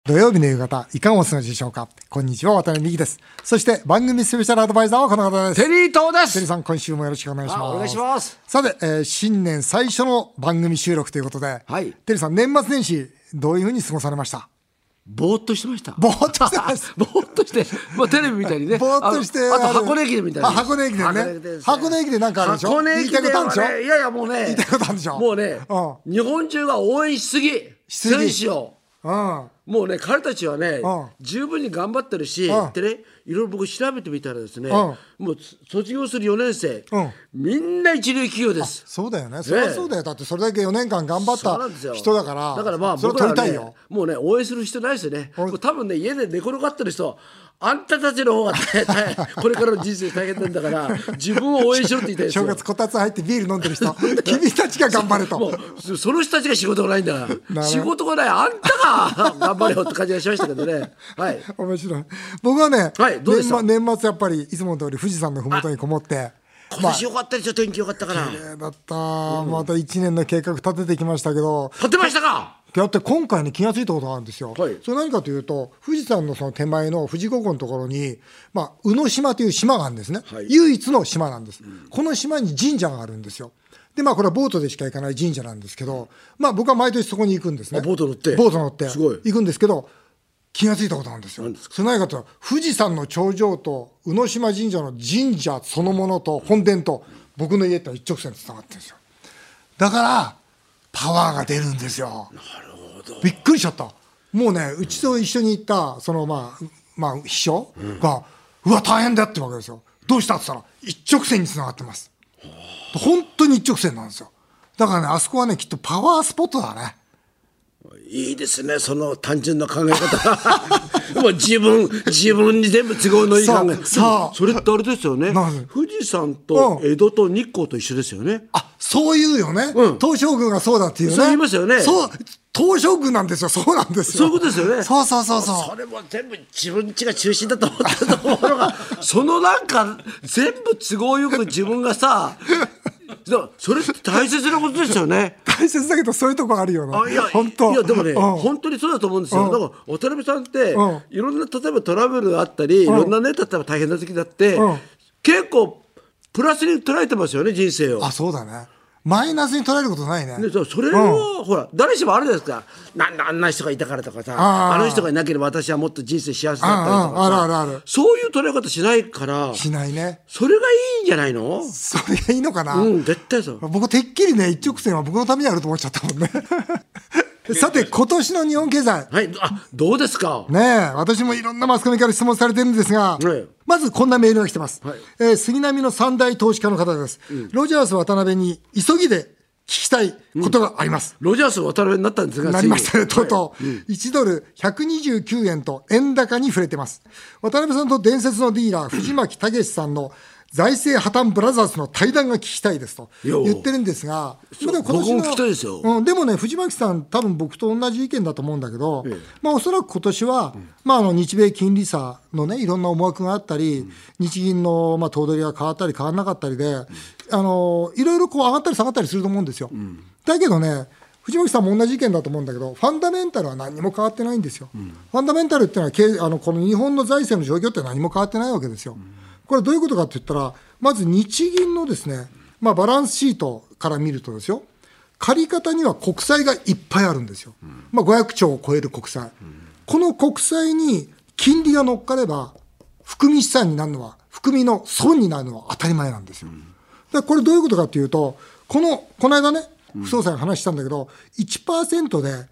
土曜日の夕方、いかがお過ごしでしょうか。こんにちは、渡辺美希です。そして番組スペシャルアドバイザーはこの方です。 テリー東です。 テリーさん、今週もよろしくお願いします。 お願いします。 さて、新年最初の番組収録ということで、 はい、 テリーさん、年末年始どういうふうに過ごされました？ ぼーっとしてました。 ぼーっとしてました。 ぼーっとして、まあ、テレビみたいにね。 ぼーっとして、 あと箱根駅伝みたいな。 箱根駅伝ね。箱根駅伝なんかあるでしょ。 箱根駅伝はね、いやいやもうね、 言いたいことあるでしょ。 もうね、日本中が応援しすぎ、選手を。もうね、彼たちはね、十分に頑張ってるし、でね、いろいろ僕調べてみたらですね、もう卒業する4年生、みんな一流企業です。 そうだよね。それはそうだよ。だってそれだけ4年間頑張った人だから。 だからまあ僕らはね、もうね、応援する必要ないですよね。多分ね、家で寝転がってる人、あんたたちの方がこれからの人生大変なんだから自分を応援しろって言いたいですよ。 正月こたつ入ってビール飲んでる人君たちが頑張れと。 もうその人たちが仕事がないんだから仕事がないあんたが頑張れよって感じがしましたけどね。はい、 面白い。僕はね、 はい、どうでした？ 年末やっぱりいつもの通り富士山のふもとにこもって、 今年よかったですよ。天気よかったから綺麗だった。また1年の計画立ててきましたけど。 立てましたか？ だって今回ね、気がついたことがあるんですよ。 はい、 それ何かというと、富士山のその手前の富士五湖のところに、宇野島という島があるんですね。はい、唯一の島なんです。この島に神社があるんですよ。でこれはボートでしか行かない神社なんですけど、僕は毎年そこに行くんですね。 ボート乗ってすごい行くんですけど、気がついたことなんですよ。それ何かというと、富士山の頂上と宇野島神社の神社そのものと本殿と僕の家って一直線つながってるんですよ。だからパワーが出るんですよ。 なるほど。 びっくりしちゃった。もうね、うちと一緒に行ったその秘書が、うわ大変だってわけですよ。どうしたって言ったら一直線につながってます。本当に一直線なんですよ。だからね、あそこはね、きっとパワースポットだね。 いいですね、その単純な考え方。もう自分に全部都合のいい考え。それってあれですよね。富士山と江戸と日光と一緒ですよね。 そういうよね。東照宮がそうだっていうね。 そう言いますよね。 東照宮なんですよ。そうなんですよ。 そういうことですよね。 そう。 それも全部自分家が中心だと思ってたところが、そのなんか全部都合よく自分がさ。それって大切なことですよね。 大切だけどそういうとこあるよな。本当。 いやでもね、本当にそうだと思うんですよ。だから渡辺さんっていろんな例えばトラブルがあったり、いろんなね、例えば大変な時だって結構プラスに捉えてますよね、人生を。 そうだね。マイナスに捉えることないね。 それをほら誰しもあるじゃないですか。あんな人がいたからとかさ、あの人がいなければ私はもっと人生幸せだったりとかさ、 ある。 そういう捉え方しないから。 しないね。 それがいいんじゃないの？ それがいいのかな。 絶対そう。 僕てっきりね、一直線は僕のためにあると思っちゃったもんね。さて、今年の日本経済、 はい、どうですかね。私もいろんなマスコミから質問されてるんですが、まずこんなメールが来てます。杉並の三大投資家の方です。ロジャース渡辺に急ぎで聞きたいことがあります。 ロジャース渡辺になったんですが、 なりましたね、とうとう。1ドル129円と円高に触れてます。渡辺さんと伝説のディーラー、藤巻武さんの財政破綻ブラザーズの対談が聞きたいですと言ってるんですが、 僕も聞きたいですよ。 でもね、藤巻さん多分僕と同じ意見だと思うんだけど、おそらく今年は、日米金利差のね、いろんな思惑があったり、日銀の頭取が変わったり変わらなかったりで、いろいろこう上がったり下がったりすると思うんですよ。だけどね、藤巻さんも同じ意見だと思うんだけど、ファンダメンタルは何にも変わってないんですよ。ファンダメンタルっていうのはこの日本の財政の状況って何も変わってないわけですよ。これどういうことかって言ったら、まず日銀のですね、バランスシートから見るとですよ、借り方には国債がいっぱいあるんですよ。500兆を超える国債。この国債に金利が乗っかれば、含み資産になるのは、含みの損になるのは当たり前なんですよ。だからこれどういうことかというと、この間ね、不総裁が話したんだけど、1% で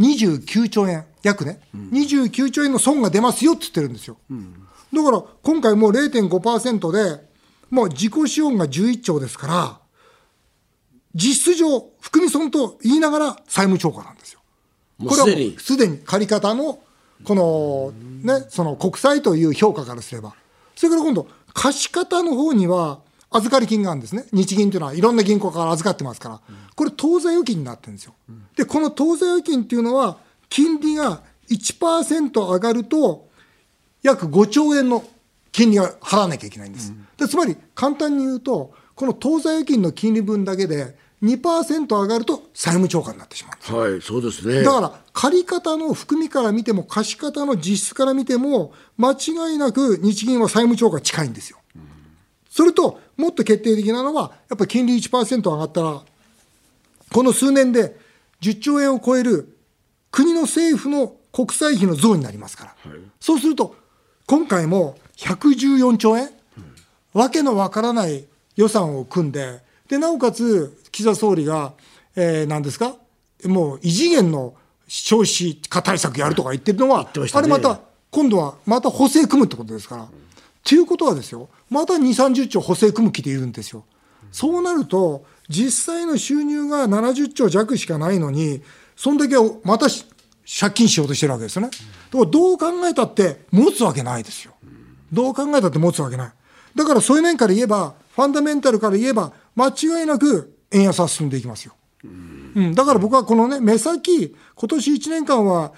29兆円、約ね、29兆円の損が出ますよって言ってるんですよ。だから今回もう 0.5% でもう自己資本が11兆ですから、実質上含み損と言いながら債務超過なんですよ。これはもうすでに借り方のこのね、その国債という評価からすれば。それから今度貸し方の方には預かり金があるんですね。日銀というのはいろんな銀行から預かってますから、これ当座預金になってるんですよ。でこの当座預金っていうのは金利が 1% 上がると約5兆円の金利が払わなきゃいけないんです。でつまり簡単に言うと、この当座預金の金利分だけで 2% 上がると債務超過になってしまう。 はい、そうですね。 だから借方の含みから見ても貸方の実質から見ても間違いなく日銀は債務超過近いんですよ。それともっと決定的なのはやっぱり金利 1% 上がったらこの数年で10兆円を超える国の政府の国債費の増になりますから、そうすると今回も114兆円、わけのわからない予算を組んで、なおかつ岸田総理が、何ですか、もう異次元の少子化対策やるとか言ってるのは、あれまた今度はまた補正組むってことですから。ということはですよ、また2、30兆補正組む気でいるんですよ。そうなると実際の収入が70兆弱しかないのに、そんだけまた借金しようとしてるわけですよね。だからどう考えたって持つわけないですよ。どう考えたって持つわけない。だからそういう面から言えば、ファンダメンタルから言えば間違いなく円安は進んでいきますよ。だから僕はこのね、目先今年1年間は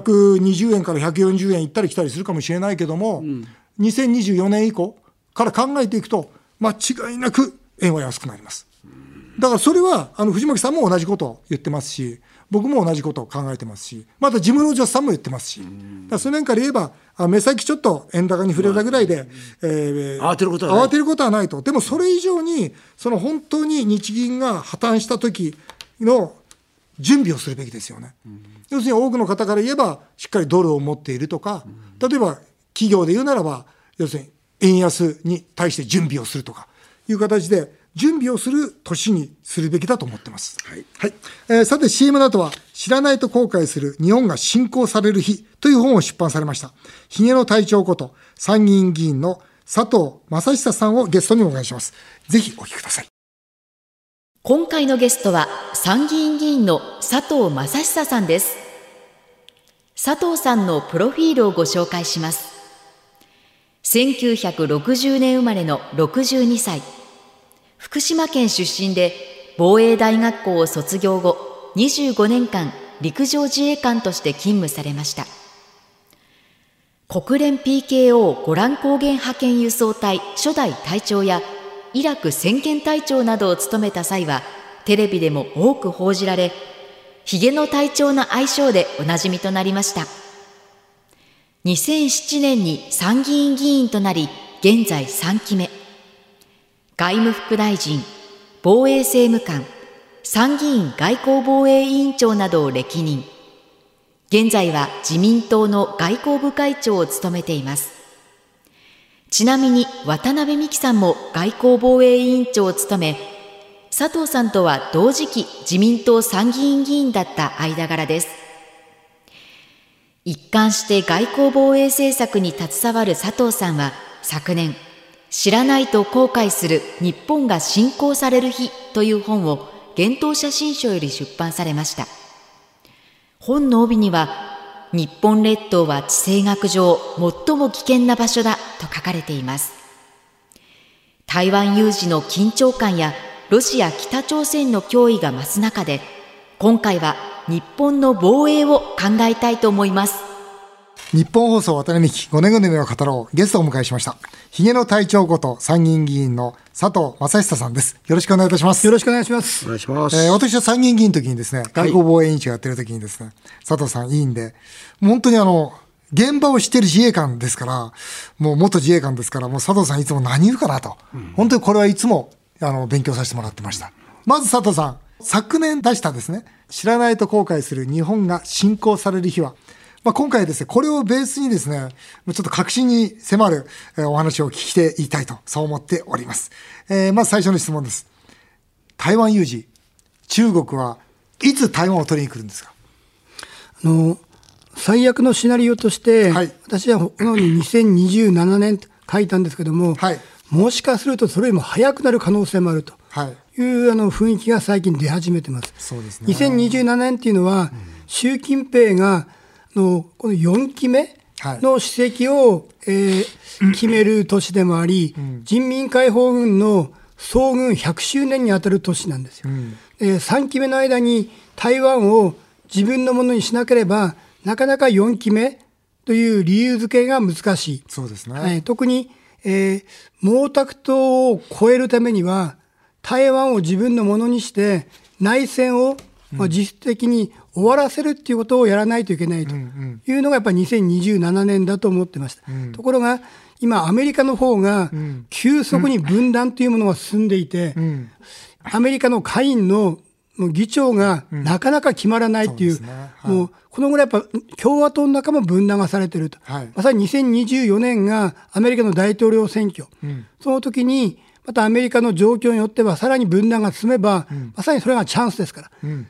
120円から140円行ったり来たりするかもしれないけども、2024年以降から考えていくと間違いなく円は安くなります。だからそれは藤巻さんも同じことを言ってますし、僕も同じことを考えてますし、またジム・ロジャースさんも言ってますし、だからそういう面から言えば目先ちょっと円高に触れたぐらいで、 慌てることはないと。でもそれ以上に本当に日銀が破綻した時の準備をするべきですよね。要するに多くの方から言えばしっかりドルを持っているとか、例えば企業で言うならば要するに円安に対して準備をするとかいう形で準備をする年にするべきだと思ってます。さて CM の後は知らないと後悔する日本が振興される日という本を出版されましたひげの隊長こと参議院議員の佐藤正久さんをゲストにお迎えします。ぜひお聞きください。 今回のゲストは参議院議員の佐藤正久さんです。佐藤さんのプロフィールをご紹介します。1960年生まれの62歳。福島県出身で防衛大学校を卒業後25年間陸上自衛官として勤務されました。国連 PKO ゴラン高原派遣輸送隊初代隊長やイラク先遣隊長などを務めた際はテレビでも多く報じられ、ひげの隊長の愛称でおなじみとなりました。2007年に参議院議員となり現在3期目。外務副大臣、防衛政務官、参議院外交防衛委員長などを歴任。現在は自民党の外交部会長を務めています。ちなみに渡辺美樹さんも外交防衛委員長を務め、佐藤さんとは同時期自民党参議院議員だった間柄です。一貫して外交防衛政策に携わる佐藤さんは昨年、知らないと後悔する日本が振興される日という本を幻冬写真書より出版されました。本の帯には、日本列島は地政学上最も危険な場所だと書かれています。台湾有事の緊張感やロシア北朝鮮の脅威が増す中で、今回は日本の防衛を考えたいと思います。 日本放送渡辺美希5年後の夢を語ろう。ゲストをお迎えしました。ひげの隊長こと参議院議員の佐藤正久さんです。よろしくお願いいたします。 よろしくお願いします。 お願いします。 私は参議院議員の時にですね、外交防衛委員長やってる時にですね、佐藤さん委員で、本当に現場を知ってる自衛官ですから、もう元自衛官ですから、もう佐藤さんいつも何言うかなと、本当にこれはいつも勉強させてもらってました。まず佐藤さん、昨年出したですね、知らないと後悔する日本が振興される日は、今回ですね、これをベースにですね、ちょっと確信に迫るお話を聞きていきたいと、そう思っております。まず最初の質問です。台湾有事、中国はいつ台湾を取りに来るんですか？ 最悪のシナリオとして、私はこの2027年と書いたんですけども、もしかするとそれよりも早くなる可能性もあるという雰囲気が最近出始めてます。 そうですね。 2027年っていうのは、習近平がこの4期目の主席を、決める年でもあり、人民解放軍の創軍100周年にあたる年なんですよ。3期目の間に台湾を自分のものにしなければなかなか4期目という理由付けが難しい。 そうですね。 特に、毛沢東を超えるためには台湾を自分のものにして内戦を実質的に終わらせるっていうことをやらないといけないというのがやっぱり2027年だと思ってました。ところが今アメリカの方が急速に分断というものが進んでいて、アメリカの下院の議長がなかなか決まらないっていう、もうこのぐらいやっぱ共和党の中も分断がされていると、まさに2024年がアメリカの大統領選挙、その時にまたアメリカの状況によってはさらに分断が進めば、まさにそれがチャンスですから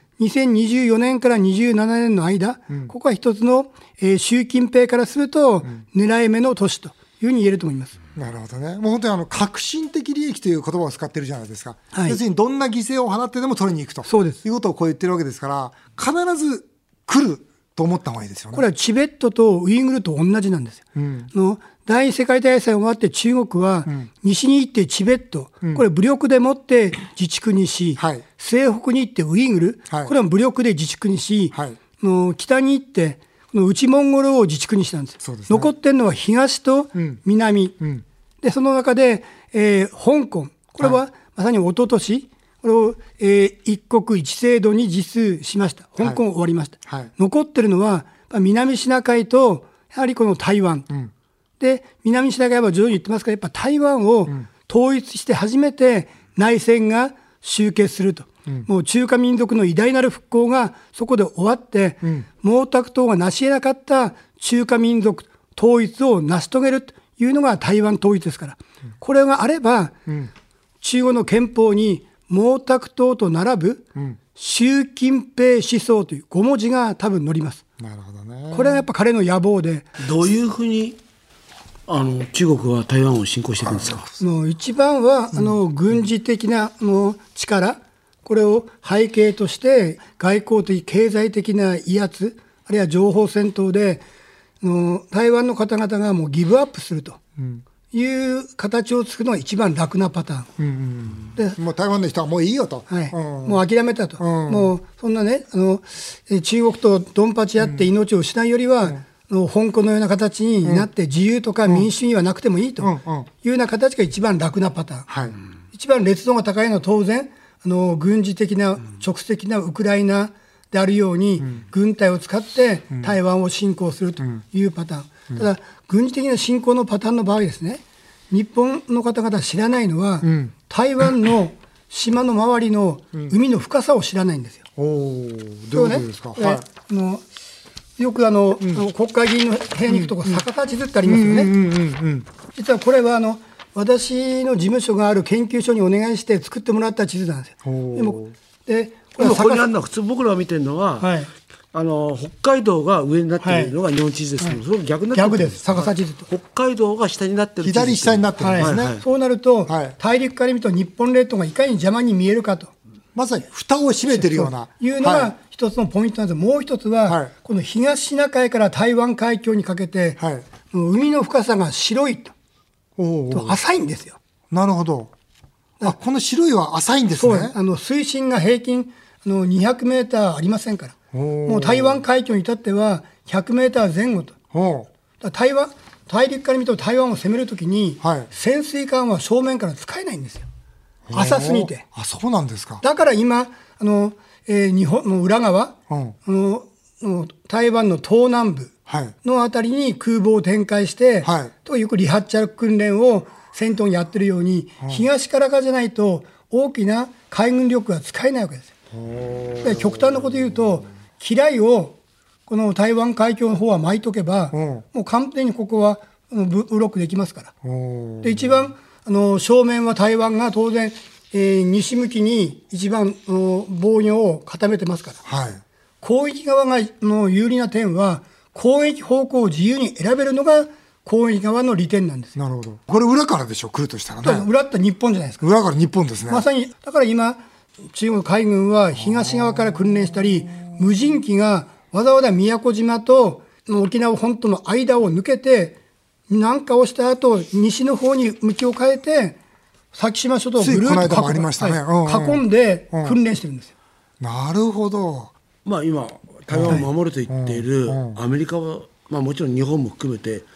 、2024年から27年の間、ここは一つの、習近平からすると狙い目の年というふうに言えると思います。 なるほどね。もう本当に革新的利益という言葉を使ってるじゃないですか。要するにどんな犠牲を払ってでも取りに行くということをこう言ってるわけですから、必ず来ると思った方がいいですよね。 これはチベットとウイグルと同じなんですよ。第二次世界大戦終わって中国は西に行ってチベット、これ武力でもって自治区にし、西北に行ってウイグル、これは武力で自治区にし、北に行って内モンゴルを自治区にしたんです。残ってるのは東と南、でその中で、香港、これはまさに一昨年これを、一国一制度に実施しました。香港終わりました。残ってるのは南シナ海とやはりこの台湾、で南シナ海は徐々に言ってますから、やっぱ台湾を統一して初めて内戦が終結すると、もう中華民族の偉大なる復興がそこで終わって、毛沢東が成し得なかった中華民族統一を成し遂げるというのが台湾統一ですから、これがあれば、中国の憲法に毛沢東と並ぶ習近平思想という5文字が多分載ります。 なるほどね。 これがやっぱ彼の野望で、 どういうふうに中国は台湾を侵攻していくんですか。 一番は軍事的な力、これを背景として外交的経済的な威圧、あるいは情報戦闘で台湾の方々がもうギブアップするという形を作るのが一番楽なパターン、 でもう台湾の人はもういいよと、 もう諦めたと、もうそんなね中国とドンパチやって命を失うよりは、香港のような形になって自由とか民主主義はなくてもいいというような形が一番楽なパターン、一番烈度が高いのは当然軍事的な直接的なウクライナであるように、軍隊を使って台湾を侵攻するというパターン、ただ軍事的な侵攻のパターンの場合ですね、日本の方々知らないのは、台湾の島の周りの海の深さを知らないんですよ。 どういうことですか。 よく国会議員の部屋に行くと逆さ地図ってありますよね。実はこれは私の事務所がある研究所にお願いして作ってもらった地図なんですよ。でここにあるのは普通僕らが見てるのは、北海道が上になっているのが日本地図ですけど、それ逆になってるんです。 逆です。逆さ地図と北海道が下になってる地図、 左下になってるんですね。 そうなると、大陸から見ると日本列島がいかに邪魔に見えるかと、 まさに蓋を閉めてるようないうのが一つのポイントなんです。もう一つは、この東シナ海から台湾海峡にかけて、海の深さが白いと浅いんですよ。 なるほど。この白いは浅いんですね。 水深が平均200メーターありませんから、もう台湾海峡に至っては100メーター前後と。大陸から見ると台湾を攻めるときに、潜水艦は正面から使えないんですよ。浅すぎて。 そうなんですか。 だから今日本の裏側、台湾の東南部のあたりに空母を展開して、よく離発着訓練を戦闘にやってるように、東からかじゃないと大きな海軍力が使えないわけですよ。で極端なこと言うと、機雷をこの台湾海峡の方は巻いとけば、もう完全にここはブロックできますから。で一番正面は台湾が当然、西向きに一番防御を固めてますから、攻撃側が有利な点は攻撃方向を自由に選べるのが攻撃側の利点なんですよ。 なるほど。これ裏からでしょ、来るとしたらね。 裏って日本じゃないですか。 裏から日本ですね。 まさにだから今中国海軍は東側から訓練したり、無人機がわざわざ宮古島と沖縄本島の間を抜けて南下をした後、西の方に向きを変えて先島諸島をぐるっと囲んで訓練してるんですよ。 なるほど。 今台湾を守ると言っているアメリカは、もちろん日本も含めて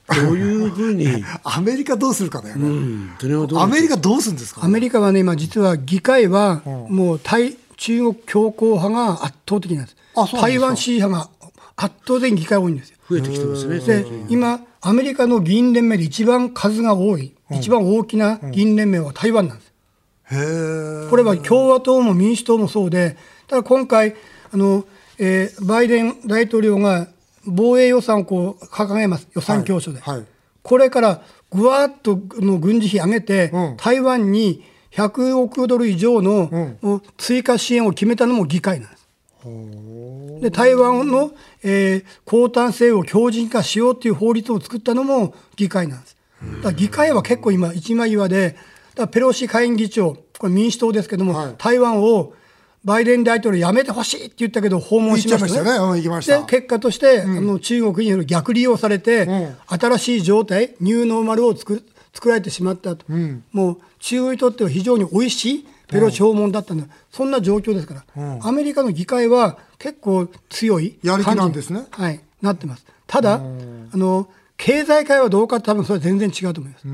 どういうふうにアメリカどうするかだよね、 アメリカどうするんですか、 アメリカはね、今実は議会はもう中国強硬派が圧倒的なんです。台湾支持派が圧倒的に議会多いんですよ。 増えてきてますね。 で今アメリカの議員連盟で一番数が多い、一番大きな議員連盟は台湾なんです。これは共和党も民主党もそうで、ただ今回バイデン大統領が防衛予算をこう掲げます、予算教書で、これからぐわっとの軍事費上げて、台湾に100億ドル以上の追加支援を決めたのも議会なんです。で台湾の、高端性を強靭化しようという法律を作ったのも議会なんです。だから議会は結構今一枚岩で、だからペロシ下院議長、これ民主党ですけども、台湾をバイデン大統領やめてほしいって言ったけど訪問しましたね。行きました。で結果として、中国に逆利用されて、新しい状態ニューノーマルを作られてしまったと、もう中国にとっては非常においしいペロシ訪問だったんだ、そんな状況ですから、アメリカの議会は結構強いやる気なんですね、 なってます。ただ経済界はどうかって多分それは全然違うと思います。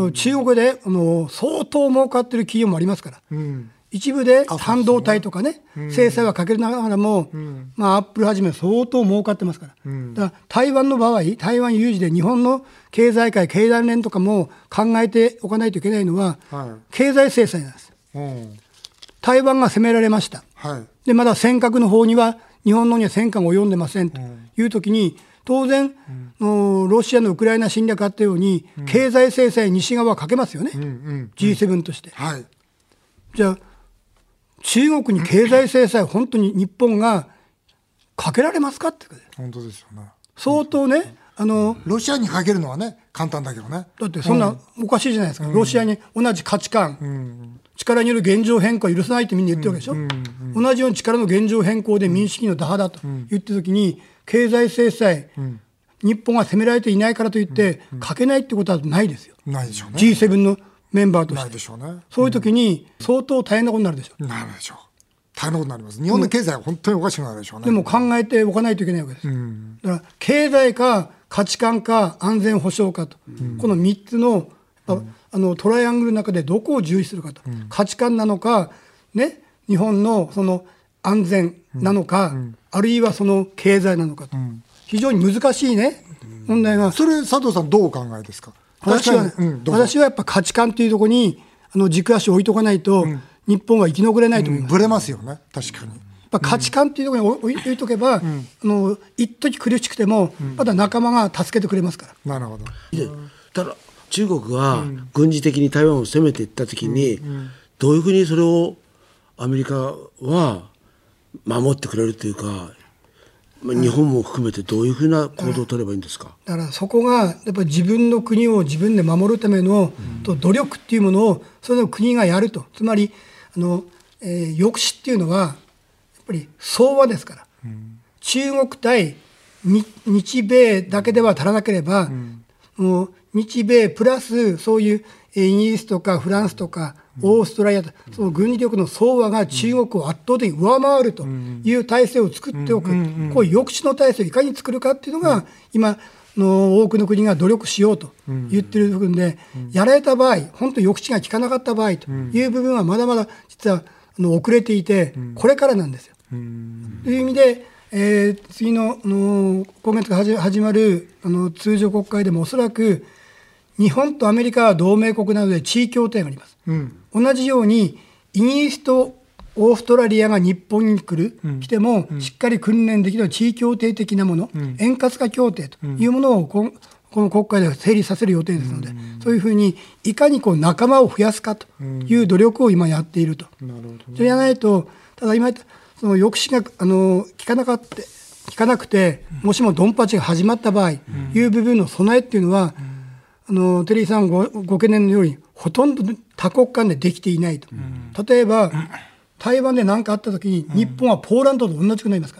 中国で相当儲かってる企業もありますから、一部で半導体とかね、制裁はかけながらも、アップルはじめ相当儲かってますから、だから台湾の場合、台湾有事で日本の経済界、経団連とかも考えておかないといけないのは、経済制裁なんです。台湾が攻められました、でまだ尖閣の方には日本のには戦艦が及んでませんというときに、当然、ロシアのウクライナ侵略があったように、経済制裁西側はかけますよね、G7 として。じゃあ中国に経済制裁を本当に日本がかけられますかって。 本当ですよね。 相当ね、 ロシアにかけるのはね簡単だけどね。 だってそんなおかしいじゃないですか、ロシアに同じ価値観、力による現状変更は許さないってみんな言ってるわけでしょ、同じように力の現状変更で民主主義の打破だと言ってるときに、経済制裁、日本が攻められていないからといってかけないってことはないですよ。 ないでしょうね。 G7 のメンバーとして。 ないでしょうね。 そういう時に相当大変なことになるでしょう。 なるでしょう。大変なことになります。日本の経済は本当におかしくなるでしょうね。 でも考えておかないといけないわけです。だから経済か価値観か安全保障かと、この3つの、トライアングルの中でどこを重視するかと、価値観なのか、ね、日本のその安全なのか、あるいはその経済なのかと、非常に難しいね、問題が。 それ佐藤さんどうお考えですか。 私はやっぱ価値観というところに軸足を置いとかないと、日本は生き残れないと思います。 ぶれますよね、確かに。 価値観というところに置いとけば、一時苦しくても、まだ仲間が助けてくれますから。 なるほど。 ただ中国が軍事的に台湾を攻めていったときに、どういうふうにそれをアメリカは守ってくれるというか、日本も含めてどういうふうな行動を取ればいいんですか。 だからそこがやっぱり自分の国を自分で守るための努力っていうものをそれを国がやると。つまり抑止っていうのはやっぱり相和ですから、中国対日米だけでは足らなければ、日米プラスそういうイギリスとかフランスとかオーストラリアと、その軍事力の相和が中国を圧倒的に上回るという体制を作っておく、こういう抑止の体制をいかに作るかっていうのが、今の多くの国が努力しようと言ってる部分で、やられた場合、本当に抑止が効かなかった場合という部分はまだまだ実は遅れていて、これからなんですよ。という意味で、次の今月が始まる通常国会でもおそらく日本とアメリカは同盟国なので地位協定があります、同じようにイギリスとオーストラリアが日本に来てもしっかり訓練できる地位協定的なもの、円滑化協定というものをこの国会では成立させる予定ですので、そういうふうにいかに仲間を増やすかという努力を今やっていると。それやらないと、ただ今その抑止が効かなくて、もしもドンパチが始まった場合、いう部分の備えっていうのは、テリーさんご懸念のようにほとんど多国間でできていないと。例えば台湾で何かあったときに、日本はポーランドと同じくなりますから、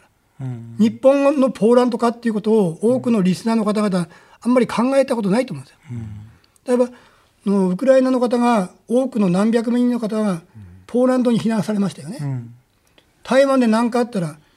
日本のポーランド化っていうことを多くのリスナーの方々あんまり考えたことないと思うんですよ。例えばウクライナの方が多くの何百人の方がポーランドに避難されましたよね。台湾で何かあったら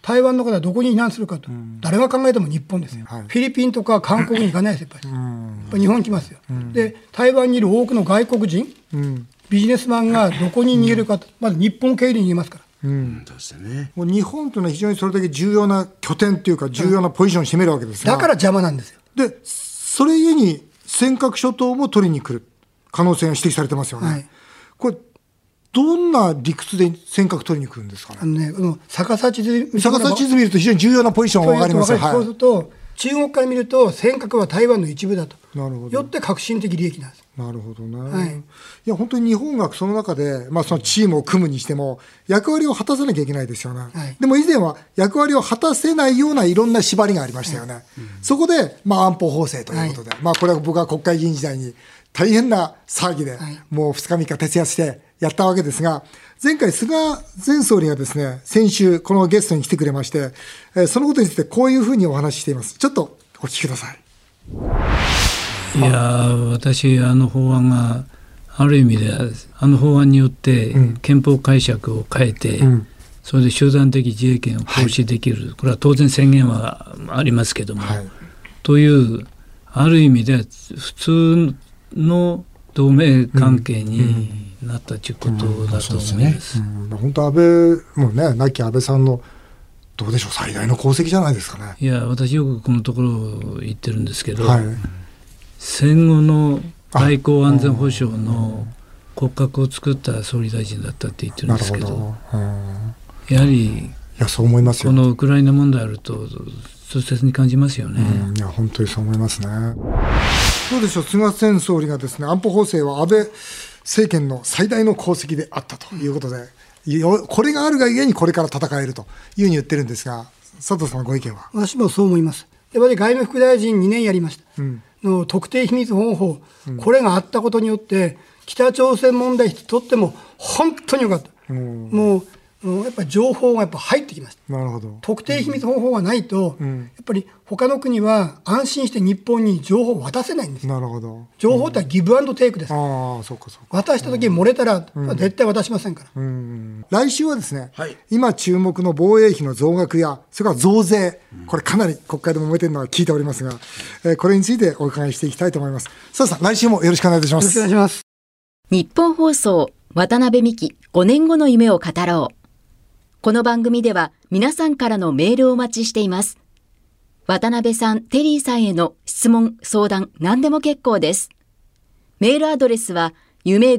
台湾の方はどこに避難するかと、誰が考えても日本ですよ、フィリピンとか韓国に行かないですよ、やっぱり日本に来ますよ、で台湾にいる多くの外国人、ビジネスマンがどこに逃げるかと、まず日本経由で逃げますから。 もう日本というのは非常にそれだけ重要な拠点というか重要なポジションを占めるわけですが、 だから邪魔なんですよ。 でそれゆえに尖閣諸島も取りに来る可能性が指摘されてますよね、これどんな理屈で尖閣取りに来るんですかね。 逆さ地図見ると非常に重要なポジションが分かりますよ。 そうすると中国から見ると尖閣は台湾の一部だと、よって革新的利益なんです。 なるほどね、いや本当に日本がその中で、そのチームを組むにしても役割を果たさなきゃいけないですよね、でも以前は役割を果たせないようないろんな縛りがありましたよね、そこで、安保法制ということで、これは僕は国会議員時代に大変な騒ぎで、もう2日3日徹夜してやったわけですが、前回菅前総理がですね先週このゲストに来てくれまして、そのことについてこういうふうにお話ししています。ちょっとお聞きください。 いや私法案がある意味で法案によって憲法解釈を変えて、それで集団的自衛権を行使できる、これは当然宣言はありますけども、というある意味で普通の同盟関係になったということだと思います。 本当安倍もね、亡き安倍さんのどうでしょう、最大の功績じゃないですかね。 いや私よくこのところを言ってるんですけど、戦後の外交安全保障の骨格を作った総理大臣だったって言ってるんですけど、やはりそう思いますよ。 このウクライナ問題あると痛切に感じますよね。 いや本当にそう思いますね。どうでしょう、菅前総理がですね安保法制は安倍政権の最大の功績であったということで、これがあるがゆえにこれから戦えるというふうに言ってるんですが、佐藤さんのご意見は。 私もそう思います。やっぱり外務副大臣2年やりました、の特定秘密保護法、これがあったことによって北朝鮮問題にとっても本当によかった、もうやっぱり情報がやっぱ入ってきました。 なるほど。 特定秘密保護法がないと、やっぱり他の国は安心して日本に情報を渡せないんです。 なるほど。 情報ってギブアンドテイクです。 そうか渡した時漏れたら、絶対渡しませんから。 来週はですね、今注目の防衛費の増額やそれから増税、これかなり国会でも揉めてるのは聞いておりますが、これについてお伺いしていきたいと思います。佐藤さん、来週もよろしくお願いいたします。 よろしくお願いします。 日本放送渡辺美希5年後の夢を語ろう。この番組では皆さんからのメールをお待ちしています。渡辺さん、テリーさんへの質問、相談、何でも結構です。メールアドレスは夢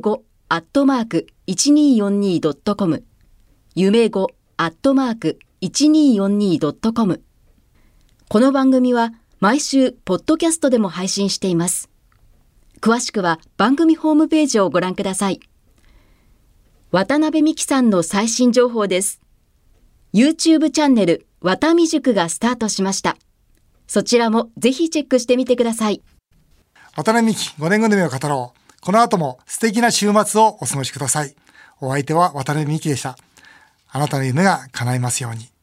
5@1242.com、夢5@1242.com。この番組は毎週ポッドキャストでも配信しています。詳しくは番組ホームページをご覧ください。渡辺美希さんの最新情報です。YouTube チャンネルわたみ塾がスタートしました。そちらもぜひチェックしてみてください。 渡辺美希5年後の夢を語ろう。この後も素敵な週末をお過ごしください。お相手は渡辺美希でした。あなたの夢が叶いますように。